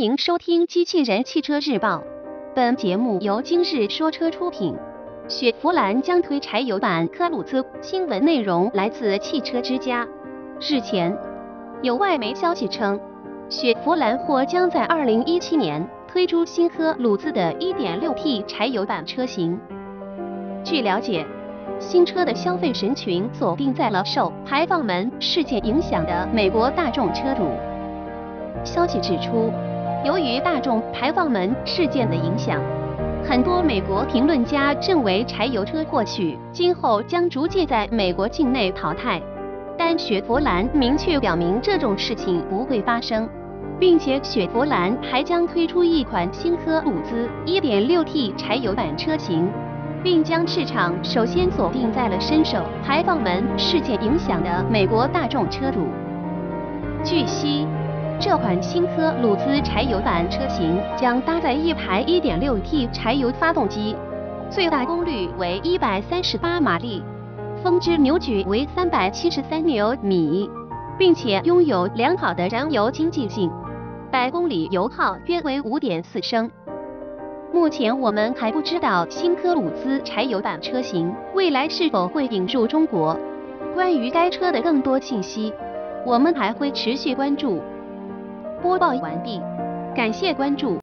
迎收听机器人汽车日报，本节目由今日说车出品。雪佛兰将推柴油版科鲁兹，新闻内容来自汽车之家。日前，有外媒消息称，雪佛兰或将在2017年推出新科鲁兹的 1.6T 柴油版车型。据了解，新车的消费人群锁定在了受排放门事件影响的美国大众车主。消息指出，由于大众排放门事件的影响，很多美国评论家认为柴油车或许今后将逐渐在美国境内淘汰，但雪佛兰明确表明这种事情不会发生，并且雪佛兰还将推出一款新科鲁兹 1.6T 柴油版车型，并将市场首先锁定在了深受排放门事件影响的美国大众车主。据悉，这款新科鲁兹柴油版车型将搭载一台 1.6T 柴油发动机，最大功率为138马力，峰值扭矩为373牛米，并且拥有良好的燃油经济性，100公里油耗约为 5.4 升。目前我们还不知道新科鲁兹柴油版车型未来是否会引入中国，关于该车的更多信息，我们还会持续关注。播报完毕，感谢关注。